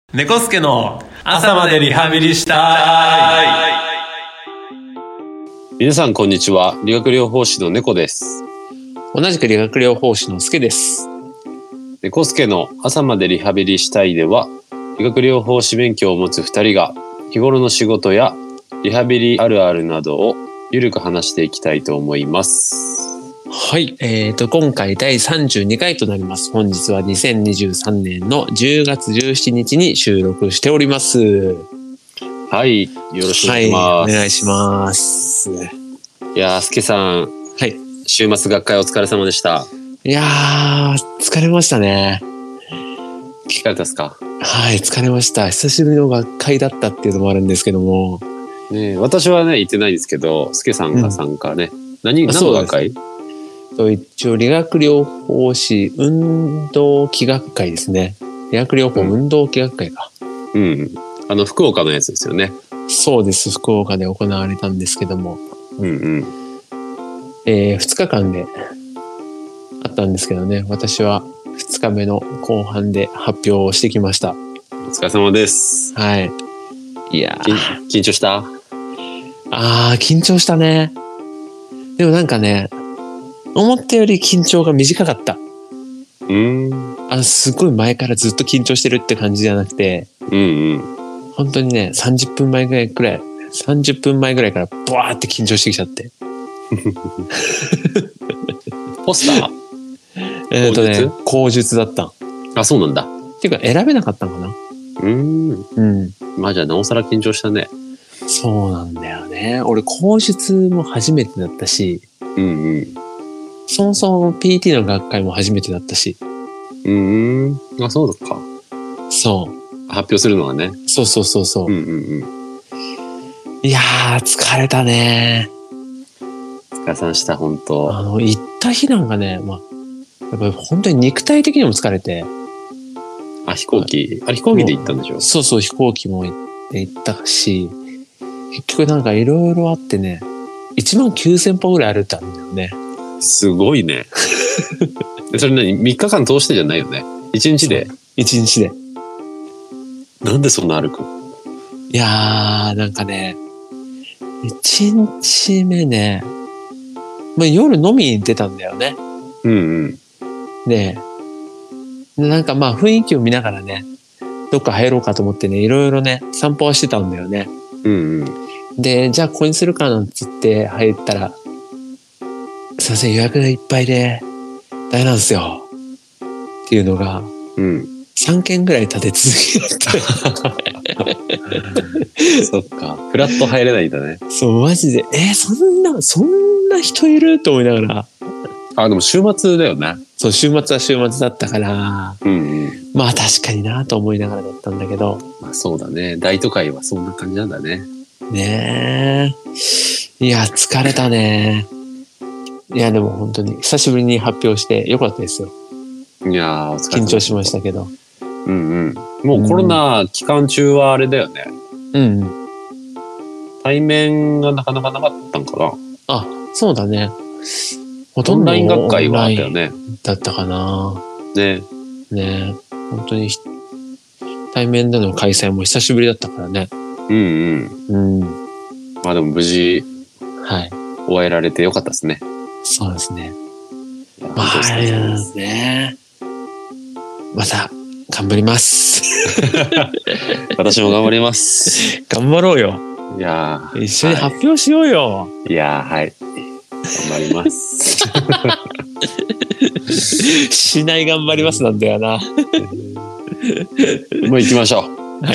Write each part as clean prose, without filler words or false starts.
猫助の朝までリハビリしたい。 皆さんこんにちは。理学療法士の猫です。 同じく理学療法士の助です。 猫助の朝までリハビリしたいでは、理学療法士免許を持つ2人が日頃の仕事やリハビリあるあるなどをゆるく話していきたいと思います。 はい、今回第32回となります。本日は2023年の10月17日に収録しております。 はい、よろしくお願いします。 はい、お願いします。 いやー、助さん、 はい、 週末学会お疲れ様でした。 いやー、疲れましたね。 疲れたっすか？ はい、疲れました。久しぶりの学会だったっていうのもあるんですけども、 ね、私はね行ってないんですけど、助さんが参加ね。何の学会？ 一応理学療法士運動器学会ですね。理学療法運動器学会か。 うん。福岡のやつですよね。 そうです。福岡で行われたんですけども。 うんうん。 2日間であったんですけどね。私は2日目の後半で発表をしてきました。 お疲れ様です。 はい。いやー。緊張した？ 緊張したね。でもなんかね、思ったより緊張が短かった。すごい前からずっと緊張してるって感じじゃなくて、本当にね、30分前ぐらいからブワーって緊張してきちゃって。 ポスター？ 口述だった。 あ、そうなんだ。 っていうか選べなかったのかな。 まあじゃあなおさら緊張したね。 そうなんだよね。俺口述も初めてだったし、そもそも PT の学会も初めてだったし。 あ、そうだか。 そう。 発表するのはね。 そう。いやー、疲れたね。 お疲れさんした、本当。 行った日なんかね、やっぱり本当に肉体的にも疲れて。 飛行機で行ったんでしょ？ そう、飛行機も行ったし、結局なんかいろいろあってね、19,000歩ぐらい歩いたんだよね。 すごいね。それ3日間通してじゃないよね。1日で。 1日で。 なんでそんな歩く？ いやー、なんかね、1日目ね、夜飲みに行ってたんだよね。で、なんか雰囲気を見ながらね、どっか入ろうかと思ってね、いろいろね、散歩はしてたんだよね。で、じゃあここにするかなんつって入ったら、すいません、予約がいっぱいでダメなんですよっていうのが、3件ぐらい立て続けてそっか、フラッと入れないんだね。 そう、マジでそんな人いると思いながら。 でも週末だよね。 そう、週末は週末だったから、まあ確かになと思いながらだったんだけど。 まあそうだね、大都会はそんな感じなんだね。 ねえ、いや疲れたね。いやでも本当に久しぶりに発表してよかったですよ。 いやー、お疲れ様。 緊張しましたけど。 もうコロナ期間中はあれだよね。対面がなかなかなかったんかな。 あ、そうだね。ほとオンんどライン学会はあったよね。 だったかな。 ね。 本当に対面での開催も久しぶりだったからね。 まあでも無事終えられてよかったですね。 そうですね。また頑張ります。 私も頑張ります。 頑張ろうよ。 いや一緒に発表しようよ。 いやはい。頑張ります。 しない頑張りますなんだよな。 もう行きましょう。はい。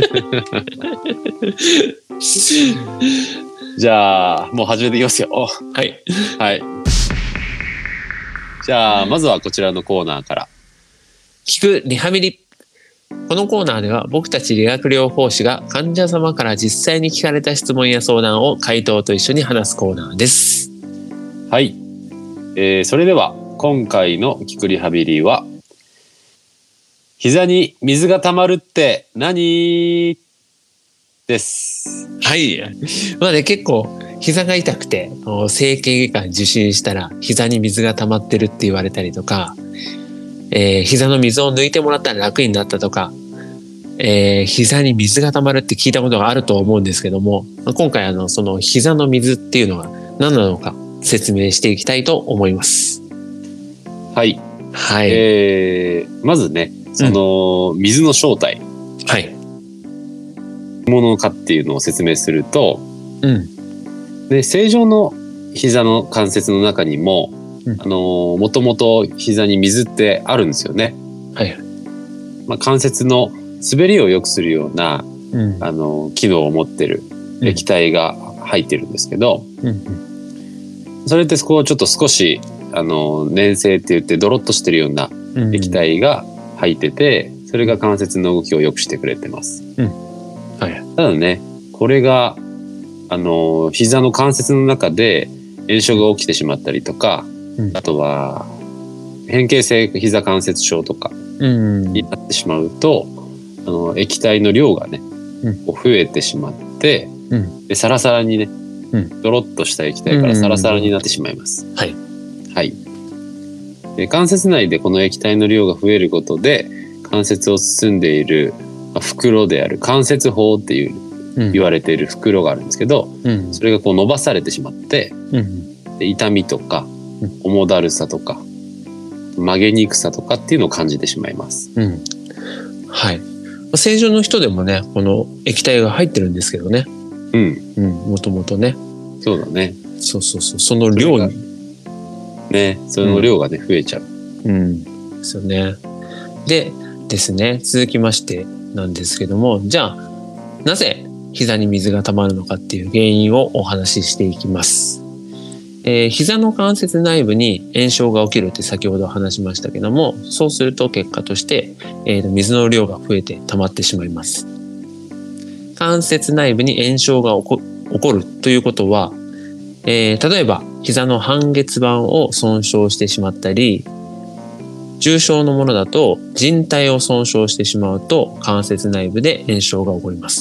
じゃあもう始めていきますよ。はい。じゃあまずはこちらのコーナーから。 聞くリハビリ。このコーナーでは僕たち理学療法士が患者様から実際に聞かれた質問や相談を回答と一緒に話すコーナーです。 はい。それでは今回の聞くリハビリは、膝に水が溜まるって何？です。 はい。まあね、結構膝が痛くて整形外科に受診したら膝に水が溜まってるって言われたりとか、膝の水を抜いてもらったら楽になったとか、 膝に水が溜まるって聞いたことがあると思うんですけども、今回その膝の水っていうのが何なのか説明していきたいと思います。 はい。 はい。 まずね、その水の正体。 はい。 ものかっていうのを説明すると、で、正常の膝の関節の中にも、もともと膝に水ってあるんですよね。 はい。 関節の滑りを良くするような、機能を持ってる液体が入ってるんですけど、それってこうちょっと少し粘性って言ってドロッとしてるような液体が入ってて、それが関節の動きを良くしてくれてます。 はい。 ただね、これが膝の関節の中で炎症が起きてしまったりとか、あとは変形性膝関節症とかになってしまうと、液体の量がね、こう増えてしまって、でサラサラにね、ドロッとした液体からサラサラになってしまいます。 はい。 はい。で関節内でこの液体の量が増えることで、関節を包んでいる袋である関節包っていう言われている袋があるんですけど、それがこう伸ばされてしまって、で痛みとか重だるさとか曲げにくさとかっていうのを感じてしまいます。 はい。正常の人でもね、この液体が入ってるんですけどね。もともとね。 そうだね。 そう。その量にね、その量がね、増えちゃう。 ですよね。でですね、続きましてなんですけども、じゃあなぜ膝に水が溜まるのかっていう原因をお話ししていきます。膝の関節内部に炎症が起きるって先ほど話しましたけども、そうすると結果として、水の量が増えて溜まってしまいます。関節内部に炎症が起こるということは、例えば膝の半月板を損傷してしまったり、重症のものだと靭帯を損傷してしまうと関節内部で炎症が起こります。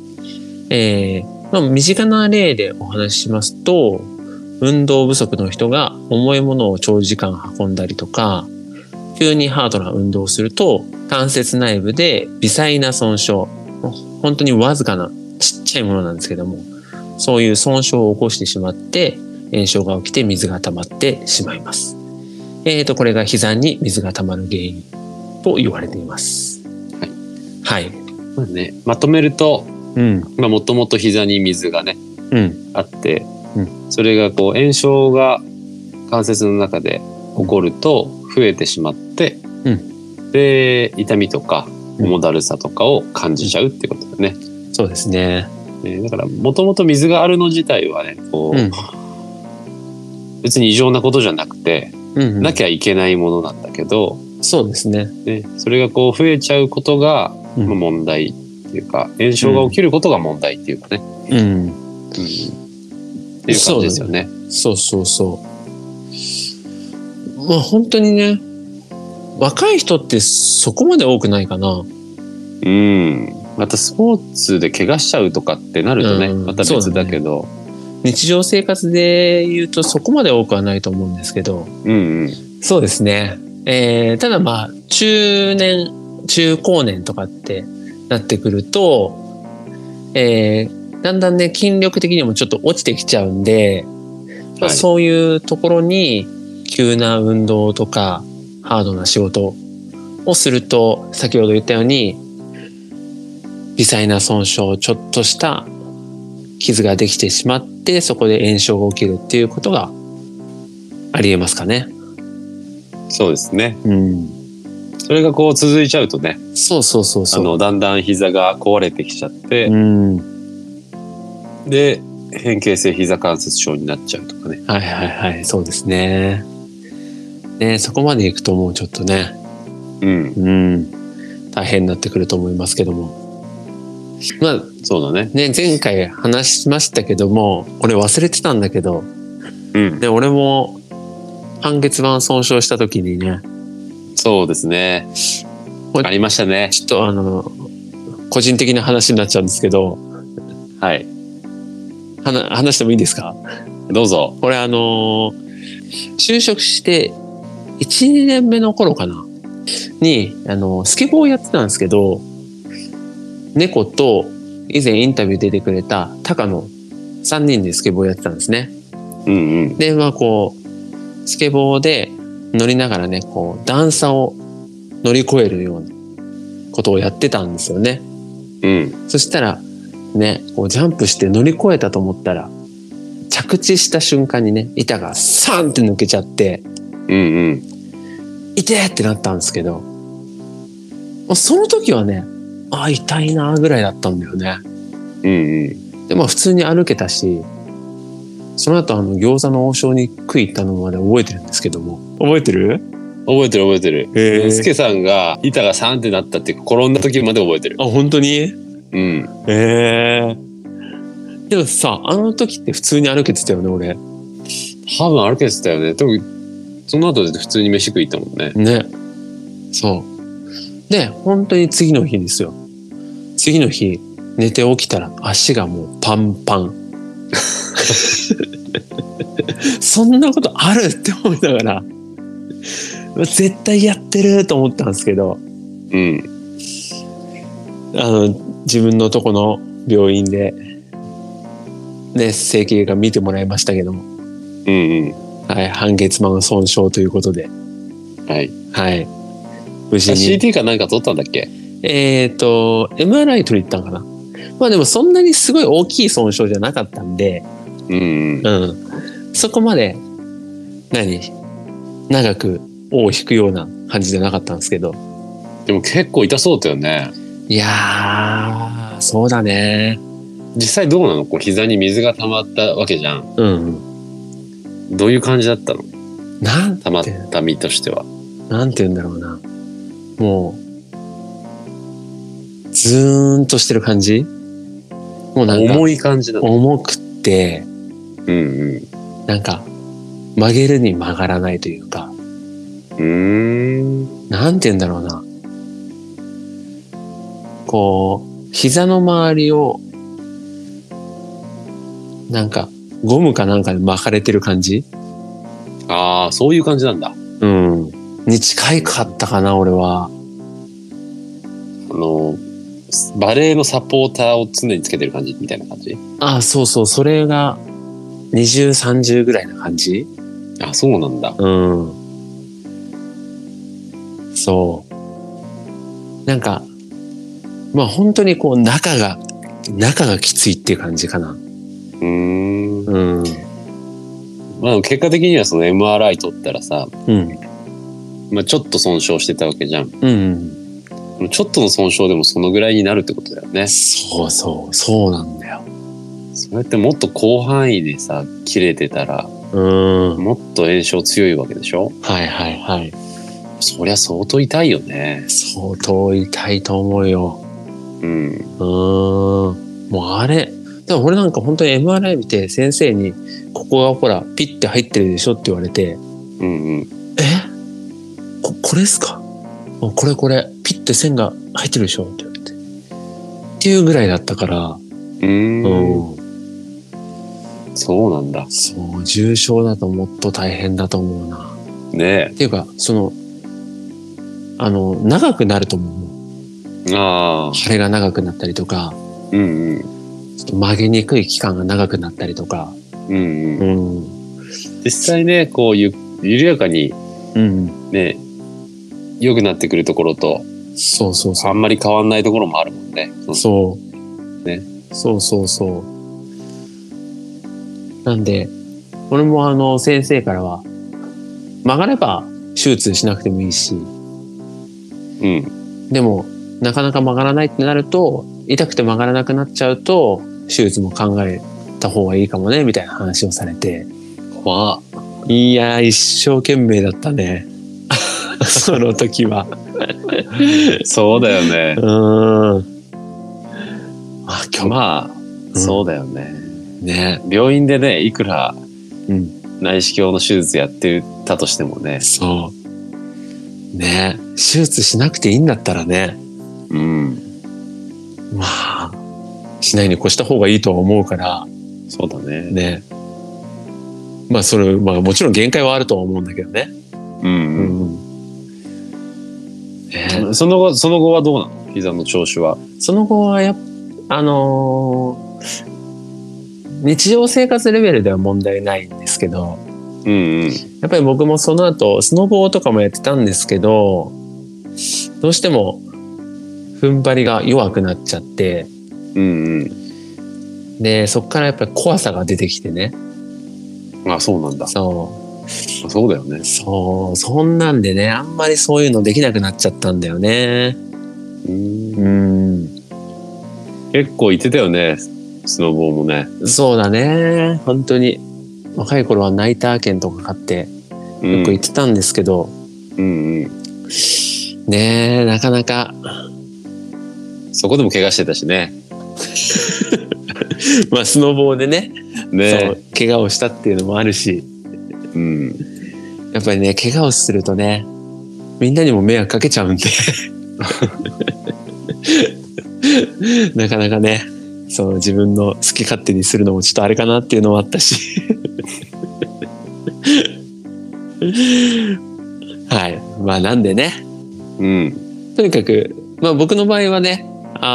身近な例でお話ししますと、運動不足の人が重いものを長時間運んだりとか、急にハードな運動をすると関節内部で微細な損傷、本当にわずかなちっちゃいものなんですけども、そういう損傷を起こしてしまって炎症が起きて水が溜まってしまいます。これが膝に水が溜まる原因と言われています。はい。 まとめると、もともと膝に水がね、あって、それがこう炎症が関節の中で起こると増えてしまって、で痛みとか重だるさとかを感じちゃうってことだね。 そうですね。 だからもともと水があるの自体はね、こう、別に異常なことじゃなくて、なきゃいけないものなんだけど、 そうですね。 それがこう増えちゃうことが問題っていうか、炎症が起きることが問題っていうかね。っていう感じですよね。 そう。本当にね、若い人ってそこまで多くないかな。 またスポーツで怪我しちゃうとかってなるとね、また別だけど、 日常生活で言うとそこまで多くはないと思うんですけど、そうですね。ただ中高年とかってなってくると、だんだんね、筋力的にもちょっと落ちてきちゃうんで、そういうところに急な運動とかハードな仕事をすると、先ほど言ったように微細な損傷、ちょっとした傷ができてしまって、そこで炎症が起きるっていうことがありえますかね。 そうですね。それがこう続いちゃうとね、 そうだんだん膝が壊れてきちゃって、で変形性膝関節症になっちゃうとかね。 そうですね。そこまでいくともうちょっとね、大変になってくると思いますけども、 そうだね。 前回話しましたけども、俺忘れてたんだけど、で俺も半月板損傷した時にね、 そうですね、ありましたね。 ちょっと個人的な話になっちゃうんですけど、話してもいいですか？ どうぞ。 これ就職して1、2年目の頃かなにスケボーをやってたんですけど、 猫と以前インタビュー出てくれた高野3人でスケボーやってたんですね。 うんうん。 で、まあこうスケボーで乗りながらね、こう段差を乗り越えるようなことをやってたんですよね。 うん。 そしたらね、こうジャンプして乗り越えたと思ったら、着地した瞬間にね、板がサンって抜けちゃって、 うんうん。 痛えってなったんですけど、その時はね、あ、痛いなぐらいだったんだよね。 うんうん。 で、まあ普通に歩けたし、その後餃子の王将に食い行ったのまで覚えてるんですけども。覚えてる？ 覚えてる。スケさんが板がサンってなったって転んだ時まで覚えてる。 あ、本当に？ うん。 でもさ、あの時って普通に歩けてたよね、俺。 多分歩けてたよね。特にその後で普通に飯食い行ったもんね。 ね。そう。で、本当に次の日ですよ。次の日、寝て起きたら足がもうパンパン。そんなことあるって思いながら、絶対やってると思ったんですけど、 うん。 自分のとこの病院で、ね、整形が見てもらいましたけども。 うんうん。 はい、半月板損傷ということで。 はい。 はい。無事に。 CT かなんか取ったんだっけ ？MRI 取り行ったんかな。まあでもそんなにすごい大きい損傷じゃなかったんで、 うんうん。そこまで、長く尾を引くような感じじゃなかったんですけど。 でも結構痛そうだよね。 いやー、そうだね。 実際どうなの？こう膝に水が溜まったわけじゃん。 うん。 どういう感じだったの？ なんて溜まった身としては。 なんて言うんだろうな。もう、ズーンとしてる感じ？もうなんか、 重い感じなの？ 重くって、 うんうん。 なんか、曲げるに曲がらないというか、なんて言うんだろうな。こう、膝の周りを、なんか、ゴムかなんかで巻かれてる感じ？ ああ、そういう感じなんだ。 うん。に近かったかな、俺は。 バレエのサポーターを常につけてる感じみたいな感じ？ ああ、そうそう、それが20、30ぐらいな感じ？ あ、そうなんだ。 うん。そう。なんか、まあ本当にこう中がきついっていう感じかな。うん。 まあ結果的にはその MRI 取ったらさ、 うん。 まあちょっと損傷してたわけじゃん。 うん。 ちょっとの損傷でもそのぐらいになるってことだよね。 そうなんだよ。 そうやってもっと広範囲でさ、切れてたら、もっと炎症強いわけでしょ？ はいはいはい。 そりゃ相当痛いよね。 相当痛いと思うよ。もうあれ、でも俺なんか本当に MRI 見て先生に、ここがほら、ピッて入ってるでしょって言われて、これっすか？これ、ピッて線が入ってるでしょって言われて。っていうぐらいだったから。 そうなんだ。 そう、重症だともっと大変だと思うな。 ねえ。 っていうか、長くなると思う。腫れが長くなったりとか、ちょっと曲げにくい期間が長くなったりとか。 実際ね、こう緩やかに、ね、良くなってくるところと、あんまり変わんないところもあるもんね。 そう。 ね。 そう。なんで、俺も先生からは、曲がれば手術しなくてもいいし、でも、なかなか曲がらないってなると、痛くて曲がらなくなっちゃうと、手術も考えた方がいいかもね、みたいな話をされて。いやー、一生懸命だったね。その時は。 そうだよね。そうだよね。 ね。 病院でね、いくら内視鏡の手術やってたとしてもね。 そう。ね。手術しなくていいんだったらね。まあ、しないに越した方がいいとは思うから。 そうだね。 ね。まあもちろん限界はあるとは思うんだけどね。 その後はどうなの？ 膝の調子は。 その後は日常生活レベルでは問題ないんですけど、 うんうん、 やっぱり僕もその後スノボーとかもやってたんですけど、どうしても踏ん張りが弱くなっちゃって、 うんうん、 でそっからやっぱり怖さが出てきてね。 あ、そうなんだ。そうだよね。 そんなんでね、あんまりそういうのできなくなっちゃったんだよね。 結構行ってたよね、スノボーもね。 そうだね、本当に若い頃はナイター券とか買ってよく行ってたんですけど、ねえ、なかなかそこでも怪我してたしね。 まあスノボーでね、 そう怪我をしたっていうのもあるし、やっぱりね、怪我をするとね、みんなにも迷惑かけちゃうんでなかなかね、自分の好き勝手にするのもちょっとあれかなっていうのもあったしはい、まあなんでね、とにかく、まあ僕の場合はね、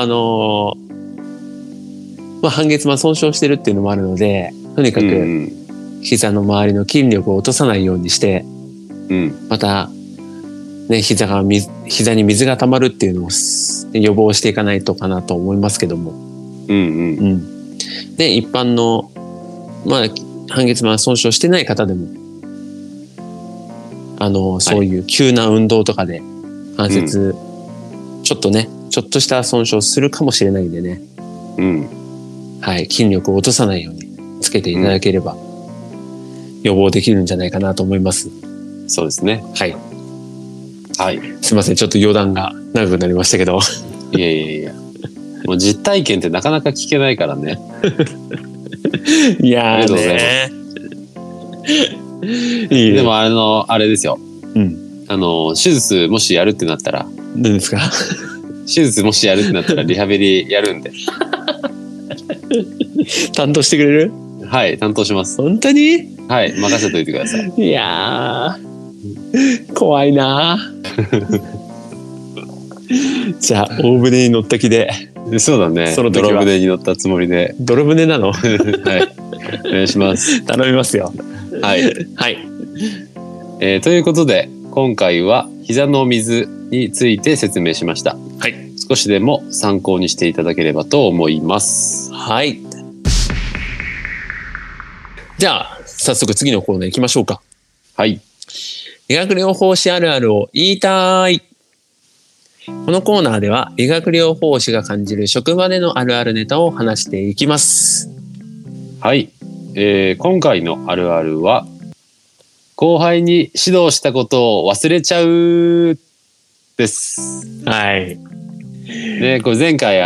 まあ半月板損傷してるっていうのもあるので、とにかく膝の周りの筋力を落とさないようにして、またね、膝に水が溜まるっていうのを予防していかないとかなと思いますけども、で一般のまあ半月板損傷してない方でもそういう急な運動とかで関節、ちょっとした損傷するかもしれないんでね、はい、筋力を落とさないようにつけていただければ予防できるんじゃないかなと思います。 そうですね。 はい。 はい。 すいません、ちょっと余談が長くなりましたけど。 いや。もう実体験ってなかなか聞けないからね。 いやー、ありがとうございます。 でもあれですよ。手術もしやるってなったら。 何ですか？ 手術もしやるってなったらリハビリやるんで。 担当してくれる？ はい、担当します。 本当に？ はい、任せといてください。 いやー、怖いなじゃあ大船に乗った気で。 そうだね。その時は泥船に乗ったつもりで。 泥船なの？はい。 お願いします。 頼みますよ。 はい。 はい。 ということで今回は膝の水について説明しました。 はい。 少しでも参考にしていただければと思います。 はい。じゃあ早速次のコーナー行きましょうか。 はい。 理学療法士あるあるを言いたい。このコーナーでは理学療法士が感じる職場でのあるあるネタを話していきます。 はい。今回のあるあるは後輩に指導したことを忘れちゃうです。 はい。 で、これ前回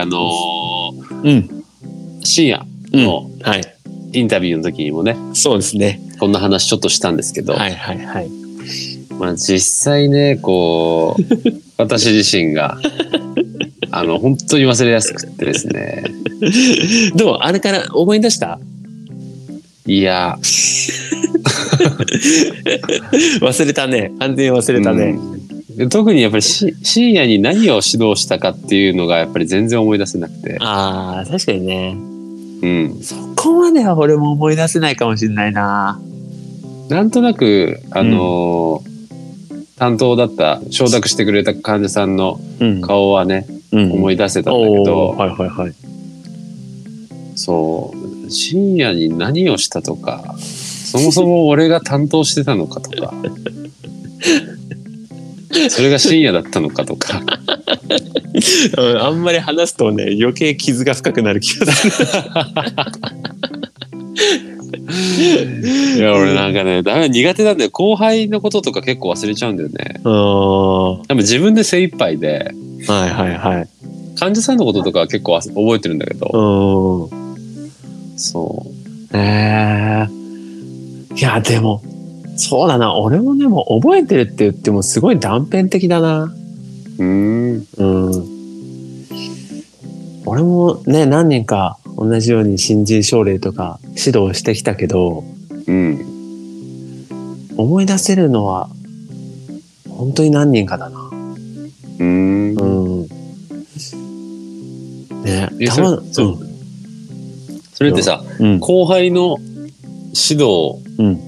深夜のインタビューの時にもね、 そうですね。 こんな話ちょっとしたんですけど、 はいはいはい。 まあ実際ね、こう私自身が本当に忘れやすくってですね。 でもあれから思い出した？ いや忘れたね。完全に忘れたね。 特にやっぱり深夜に何を指導したかっていうのがやっぱり全然思い出せなくて。 ああ、確かにね。そこまでは俺も思い出せないかもしれないな。 なんとなく担当だった承諾してくれた患者さんの顔はね、思い出せたんだけど、 はいはいはい。 そう深夜に何をしたとか、そもそも俺が担当してたのかとかそれが深夜だったのかとかあんまり話すとね、余計傷が深くなる気がするいや俺なんかね、苦手なんだよ。後輩のこととか結構忘れちゃうんだよね。 多分自分で精一杯で、 はいはいはい。 患者さんのこととかは結構覚えてるんだけど、そう。 いやでもそうだな、俺もでも覚えてるって言ってもすごい断片的だな。俺もね、何人か同じように新人奨励とか指導してきたけど、思い出せるのは本当に何人かだな。 ね、 それってさ、後輩の指導、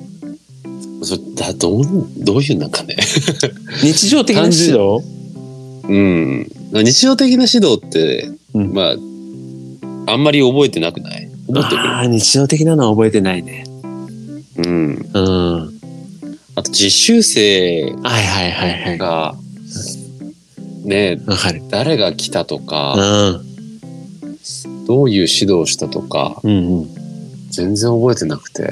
どういうなんかね日常的な指導、 日常的な指導って、まああんまり覚えてなくない？覚えてる？ 日常的なのは覚えてないね。 あと実習生がね、誰が来たとか、どういう指導をしたとか、全然覚えてなくて。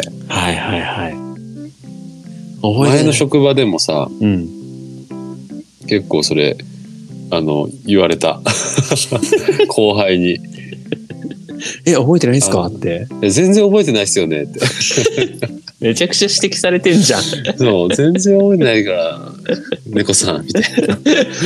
前の職場でもさ、結構それ言われた後輩に覚えてないですかって全然覚えてないっすよねってめちゃくちゃ指摘されてんじゃんそう全然覚えてないから猫さんみたいな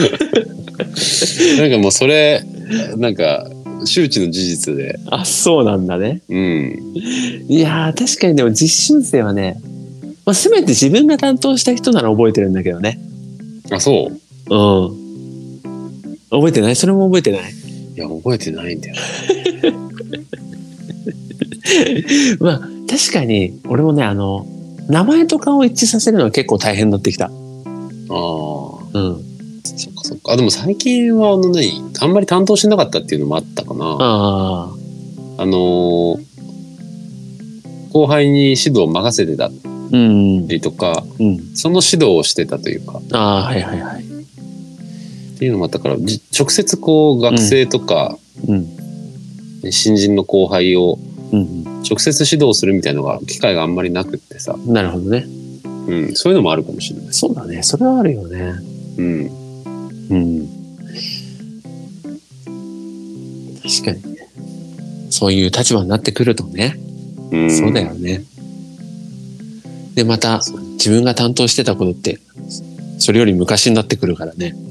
なんかもうそれなんか周知の事実で。 そうなんだね。いや確かにでも実習生はね、せめて自分が担当した人なら覚えてるんだけどね。 そう覚えてない？それも覚えてない？ いや覚えてないんだよ確かに俺もね名前とかを一致させるのは結構大変になってきた。 そっか。でも最近はあんまり担当してなかったっていうのもあったかな。後輩に指導を任せてたりとか、その指導をしてたというか。っていうのもあったから、直接こう学生とか、新人の後輩を直接指導するみたいなのが機会があんまりなくってさ。 なるほどね。 そういうのもあるかもしれない。 そうだね。それはあるよね。確かにね。そういう立場になってくるとね。そうだよね。でまた自分が担当してたことってそれより昔になってくるからね。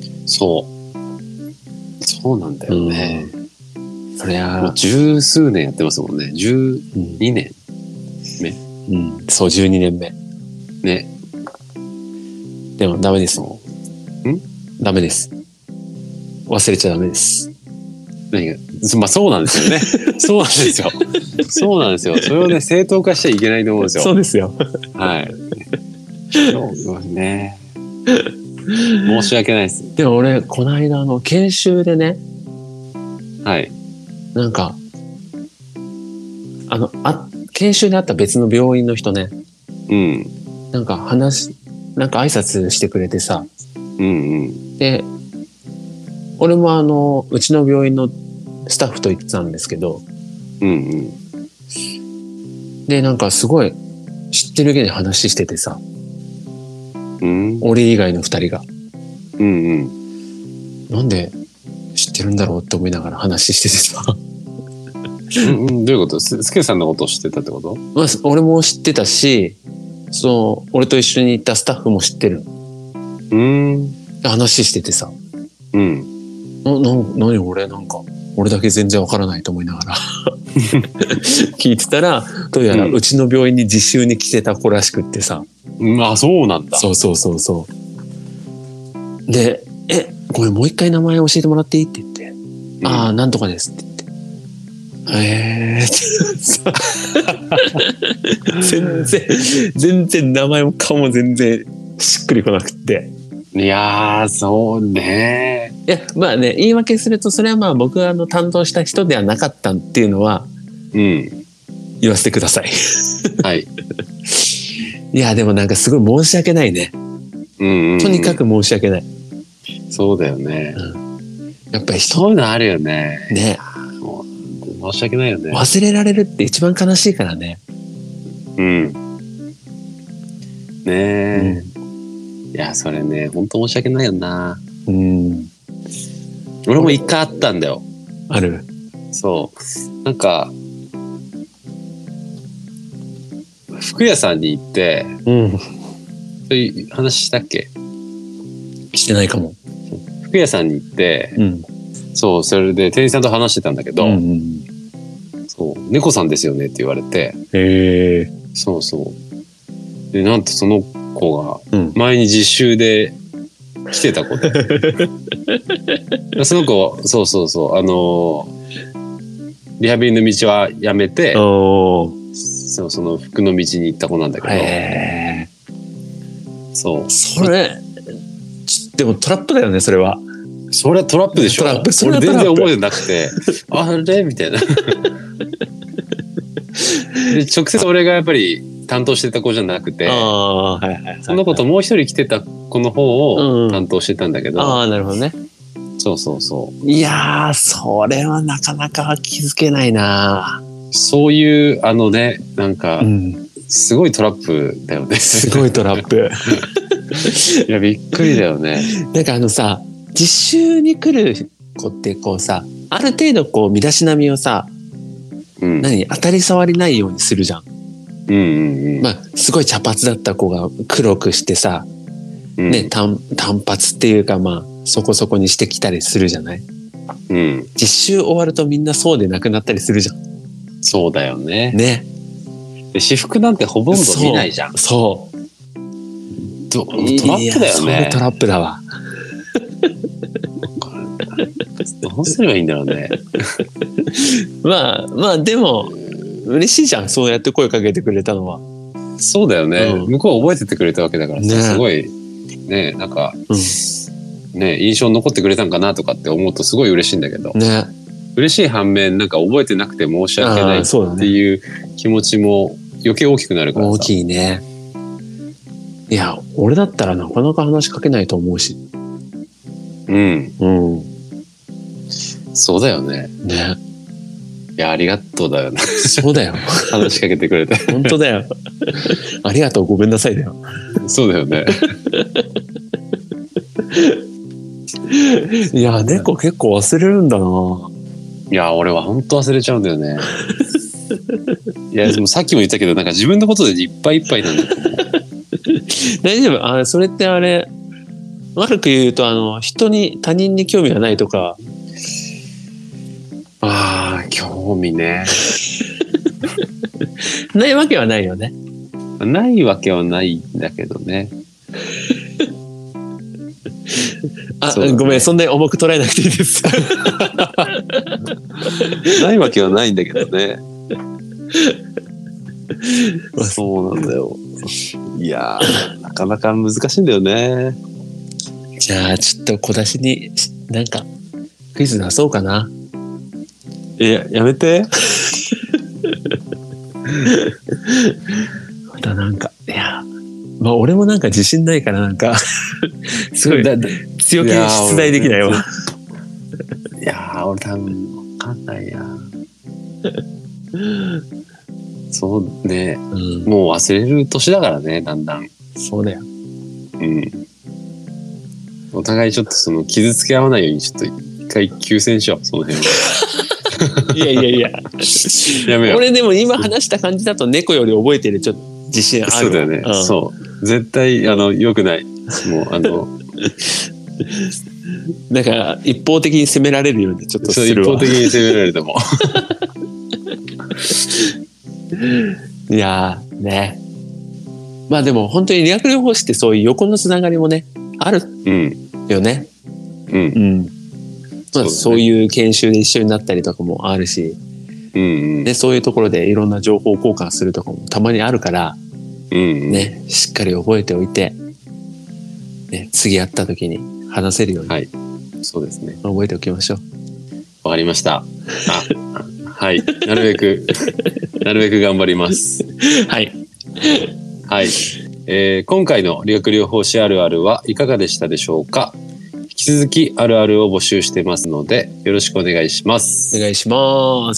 そうなんだよね。 そりゃもう十数年やってますもんね。12年目。 そう12年目ね。 でもダメですもん。ダメです。忘れちゃダメです。 何が？そうなんですよね。そうなんですよ。そうなんですよ。それをね正当化しちゃいけないと思うんですよ。 そうですよ。 そうね。申し訳ないです。 でも俺この間研修でね。なんか研修で会った別の病院の人ね。なんかなんか挨拶してくれてさ。で俺もうちの病院のスタッフと行ってたんですけど、でなんかすごい知ってるげに話しててさ、俺以外の2人が、なんで知ってるんだろうって思いながら話しててさどういうこと？スケさんのことを知ってたってこと？ 俺も知ってたし、俺と一緒に行ったスタッフも知ってる。話しててさ、何俺だけ全然わからないと思いながら聞いてたら、どうやらうちの病院に実習に来てた子らしくってさ。 そうなんだ。 そうで、ごめんもう一回名前教えてもらっていいって言って、なんとかですって言って、全然名前も顔も全然しっくりこなくって。 いやーそうね。 いやまあね、言い訳するとそれは僕が担当した人ではなかったっていうのは言わせてください。いやでもなんかすごい申し訳ないね。とにかく申し訳ない。 そうだよね。 やっぱりそういうのあるよね。申し訳ないよね。 忘れられるって一番悲しいからね。 いやそれね本当申し訳ないよな。俺も一回あったんだよ。 ある？ そうなんか服屋さんに行って、そういう話したっけ？ してないかも。 服屋さんに行って、それで店員さんと話してたんだけど、猫さんですよねって言われて、でなんとその子が前に実習で来てた子でその子そうリハビリの道はやめてその服の道に行った子なんだけど、そうそれでもトラップだよね。それはトラップでしょ。俺全然覚えてなくてあれみたいなで直接俺がやっぱり担当してた子じゃなくて、その子ともう一人来てた子の方を担当してたんだけど、 なるほどね。 そういやー、それはなかなか気づけないな。 そういうなんか、すごいトラップだよね。 すごいトラップいやびっくりだよね。 なんかさ、実習に来る子ってこうさ、ある程度こう身だしなみをさ、当たり障りないようにするじゃん。まあすごい茶髪だった子が黒くしてさ、単髪っていうかまあそこそこにしてきたりするじゃない。実習終わるとみんなそうでなくなったりするじゃん。 そうだよね。で私服なんてほとんど見ないじゃん。 そうトラップだよね。 トラップだわ。 どうすればいいんだろうね。 まあでも嬉しいじゃん、そうやって声かけてくれたのは。 そうだよね、向こう覚えててくれたわけだからさ、すごいね、なんか、印象に残ってくれたんかなとかって思うとすごい嬉しいんだけど、嬉しい反面なんか覚えてなくて申し訳ないっていう気持ちも余計大きくなるからさ。 大きいね。いや俺だったらなかなか話しかけないと思うし。そうだよね。いやありがとうだよね。そうだよ。 話しかけてくれて。 本当だよ。ありがとう、ごめんなさいだよ。 そうだよね。 いや猫結構忘れるんだな。 いや俺は本当忘れちゃうんだよね。いやでもさっきも言ったけどなんか自分のことでいっぱいいっぱいなんだと思う。 大丈夫。それってあれ悪く言うと他人に興味がないとか。 興味ね。 ないわけはないよね。 ないわけはないんだけどね。 ごめん、そんなに重く捉えなくていいです。 ないわけはないんだけどね。そうなんだよ。いやなかなか難しいんだよね。 じゃあちょっと小出しになんかクイズ出そうかな。 やめて。 またなんかまあ俺もなんか自信ないからなんかすごい強気に出題できないわ。 いや俺多分分かんないや。そうね、もう忘れる年だからね、だんだん。そうだよ。お互いちょっとその傷つけ合わないようにちょっと一回休戦しよう、その辺は。いややめよう。俺でも今話した感じだと猫より覚えてるちょっと自信ある。そうだよね、そう絶対良くない。もうだから一方的に責められるようにちょっとするわ。そう一方的に責められると思う。いやね。まあでも本当に理学療法士ってそういう横のつながりもねあるよね。そういう研修で一緒になったりとかもあるし、でそういうところでいろんな情報交換するとかもたまにあるから、ね、しっかり覚えておいて、ね、次会った時に話せるように、そうですね、覚えておきましょう。わかりました。はい、なるべく頑張ります。はい、はい、今回の理学療法士あるあるはいかがでしたでしょうか。引き続きあるあるを募集してますのでよろしくお願いします。お願いします。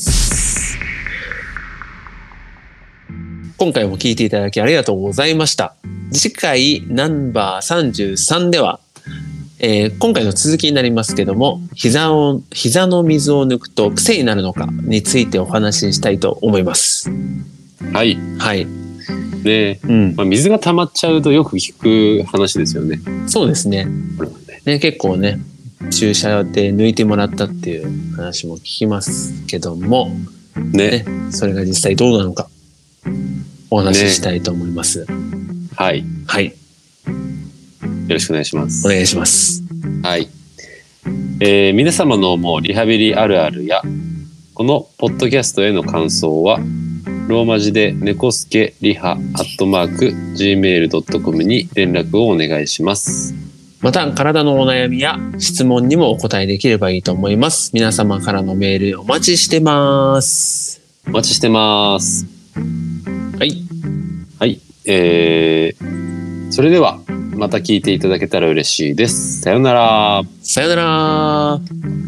今回も聞いていただきありがとうございました。次回ナンバー33では、今回の続きになりますけども、膝の水を抜くと癖になるのかについてお話ししたいと思います。はい。はい。で、水が溜まっちゃうとよく聞く話ですよね。そうですね。ね、結構ね、注射で抜いてもらったっていう話も聞きますけども、ね、それが実際どうなのかお話ししたいと思います。はい。はい。 ろしくお願いします。 お願いします。 はい。皆様の思うリハビリあるあるや、このポッドキャストへの感想は、ローマ字で猫助リハ@gmail.com に連絡をお願いします。 また、体のお悩みや質問にもお答えできればいいと思います。皆様からのメールお待ちしてます。 お待ちしてます。 はい。 はい。それでは、また聞いていただけたら嬉しいです。さよなら。 さよなら。